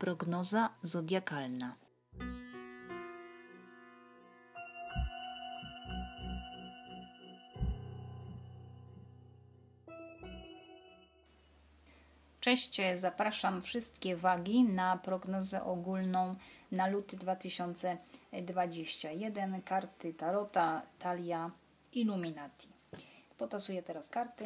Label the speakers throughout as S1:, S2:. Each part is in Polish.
S1: Prognoza zodiakalna. Cześć, zapraszam wszystkie wagi na prognozę ogólną na luty 2021. Karty Tarota, Talia, Illuminati. Potasuję teraz karty.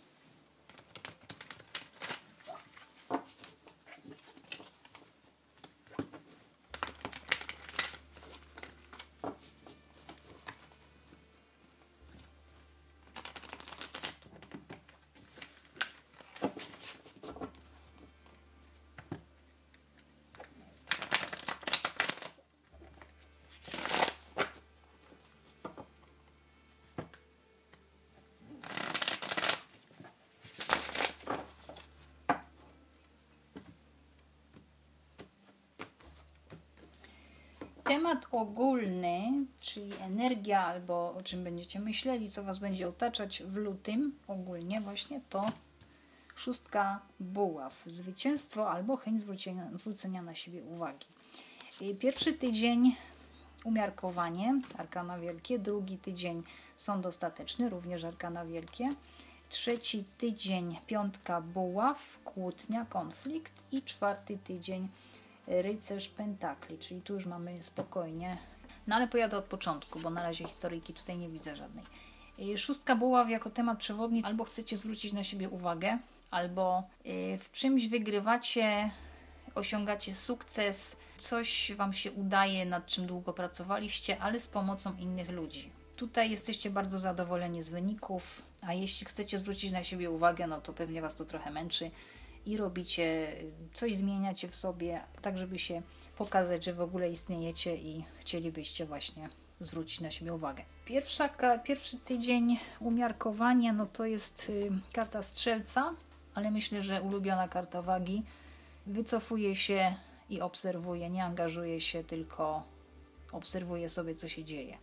S1: Temat ogólny, czyli energia, albo o czym będziecie myśleli, co Was będzie otaczać w lutym ogólnie, właśnie to szóstka buław. Zwycięstwo albo chęć zwrócenia na siebie uwagi. Pierwszy tydzień umiarkowanie, arkana wielkie. Drugi tydzień sąd ostateczny, również arkana wielkie. Trzeci tydzień piątka buław, kłótnia, konflikt. I czwarty tydzień rycerz pentakli, czyli tu już mamy spokojnie. No ale pojadę od początku, bo na razie historyjki tutaj nie widzę żadnej. Szóstka buław jako temat przewodni, albo chcecie zwrócić na siebie uwagę, albo w czymś wygrywacie, osiągacie sukces, coś Wam się udaje, nad czym długo pracowaliście, ale z pomocą innych ludzi. Tutaj jesteście bardzo zadowoleni z wyników, a jeśli chcecie zwrócić na siebie uwagę, no to pewnie Was to trochę męczy i robicie, coś zmieniacie w sobie, tak żeby się pokazać, że w ogóle istniejecie i chcielibyście właśnie zwrócić na siebie uwagę. Pierwszy tydzień umiarkowania, no to jest karta strzelca, ale myślę, że ulubiona karta wagi. Wycofuje się i obserwuje, nie angażuje się, tylko obserwuje sobie, co się dzieje.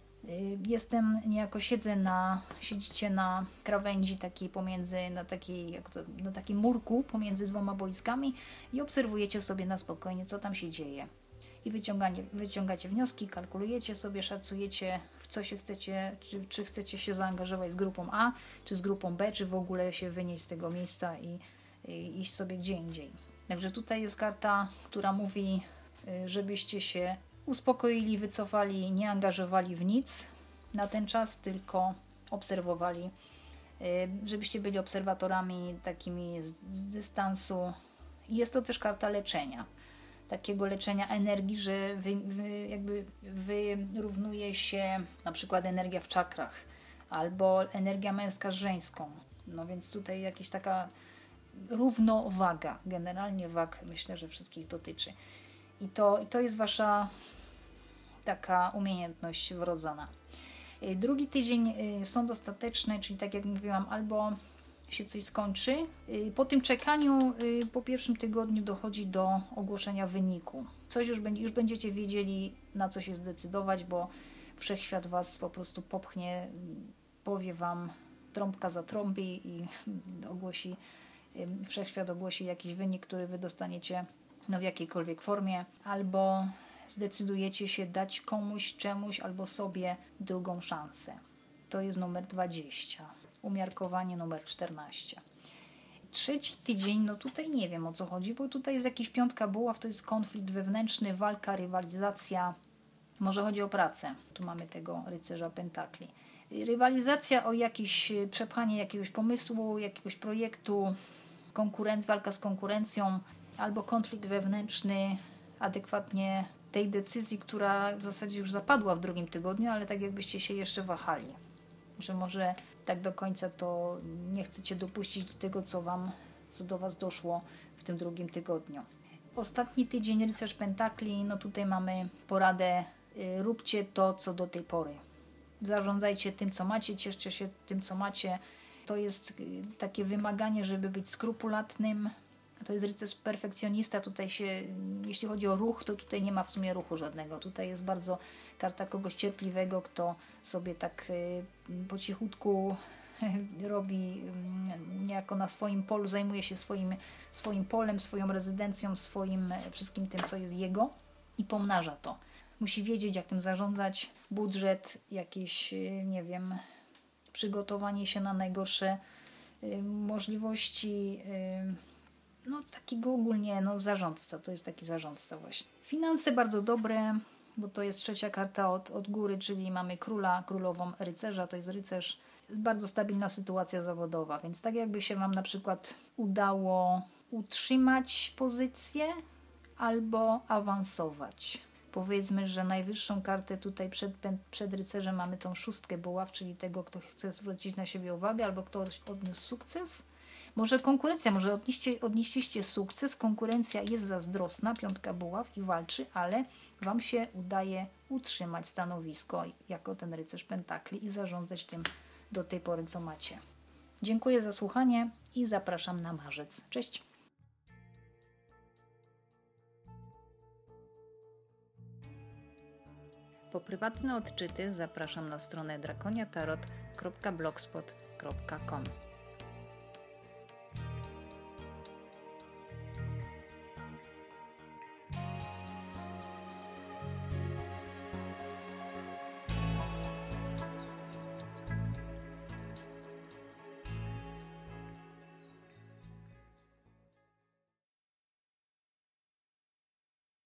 S1: Niejako siedzicie na krawędzi takiej pomiędzy, na takim murku pomiędzy dwoma boiskami i obserwujecie sobie na spokojnie, co tam się dzieje. I wyciągacie wnioski, kalkulujecie sobie, szacujecie, w co się chcecie, czy chcecie się zaangażować z grupą A, czy z grupą B, czy w ogóle się wynieść z tego miejsca i iść sobie gdzie indziej. Także tutaj jest karta, która mówi, żebyście się uspokoili, wycofali, nie angażowali w nic na ten czas, tylko obserwowali, żebyście byli obserwatorami takimi z dystansu. I jest to też karta leczenia, takiego leczenia energii, że wyrównuje się na przykład energia w czakrach albo energia męska z żeńską. No więc tutaj jakaś taka równowaga, generalnie wag myślę, że wszystkich dotyczy. I to jest Wasza taka umiejętność wrodzona. Drugi tydzień sąd ostateczny, czyli tak jak mówiłam, albo się coś skończy. Po tym czekaniu, po pierwszym tygodniu dochodzi do ogłoszenia wyniku. Coś już będziecie wiedzieli, na co się zdecydować, bo wszechświat Was po prostu popchnie, powie Wam, trąbka zatrąbi i wszechświat ogłosi jakiś wynik, który Wy dostaniecie w jakiejkolwiek formie, albo zdecydujecie się dać komuś, czemuś, albo sobie drugą szansę. To jest numer 20. Umiarkowanie numer 14. Trzeci tydzień, no tutaj nie wiem, o co chodzi, bo tutaj jest jakiś piątka buław, to jest konflikt wewnętrzny, walka, rywalizacja. Może chodzi o pracę. Tu mamy tego rycerza pentakli. Rywalizacja o przepchanie jakiegoś pomysłu, jakiegoś projektu, walka z konkurencją, albo konflikt wewnętrzny adekwatnie tej decyzji, która w zasadzie już zapadła w drugim tygodniu, ale tak jakbyście się jeszcze wahali, że może tak do końca to nie chcecie dopuścić do tego, co do Was doszło w tym drugim tygodniu. Ostatni tydzień rycerz pentakli, no tutaj mamy poradę, róbcie to, co do tej pory. Zarządzajcie tym, co macie, cieszcie się tym, co macie. To jest takie wymaganie, żeby być skrupulatnym. To jest rycerz perfekcjonista. Tutaj jeśli chodzi o ruch, to tutaj nie ma w sumie ruchu żadnego. Tutaj jest bardzo karta kogoś cierpliwego, kto sobie tak po cichutku robi niejako na swoim polu, zajmuje się swoim polem, swoją rezydencją, swoim wszystkim tym, co jest jego i pomnaża to. Musi wiedzieć, jak tym zarządzać, budżet, jakieś, nie wiem, przygotowanie się na najgorsze możliwości, no takiego ogólnie zarządca, to jest taki zarządca właśnie. Finanse bardzo dobre, bo to jest trzecia karta od góry, czyli mamy króla, królową, rycerza, to jest rycerz. Bardzo stabilna sytuacja zawodowa, więc tak jakby się Wam na przykład udało utrzymać pozycję albo awansować. Powiedzmy, że najwyższą kartę tutaj przed rycerzem mamy tą szóstkę buław, czyli tego, kto chce zwrócić na siebie uwagę, albo ktoś odniósł sukces. Może konkurencja, może odnieśliście sukces, konkurencja jest zazdrosna, piątka buław i walczy, ale Wam się udaje utrzymać stanowisko jako ten rycerz pentakli i zarządzać tym do tej pory, co macie. Dziękuję za słuchanie i zapraszam na marzec. Cześć! Po prywatne odczyty zapraszam na stronę drakoniatarot.blogspot.com.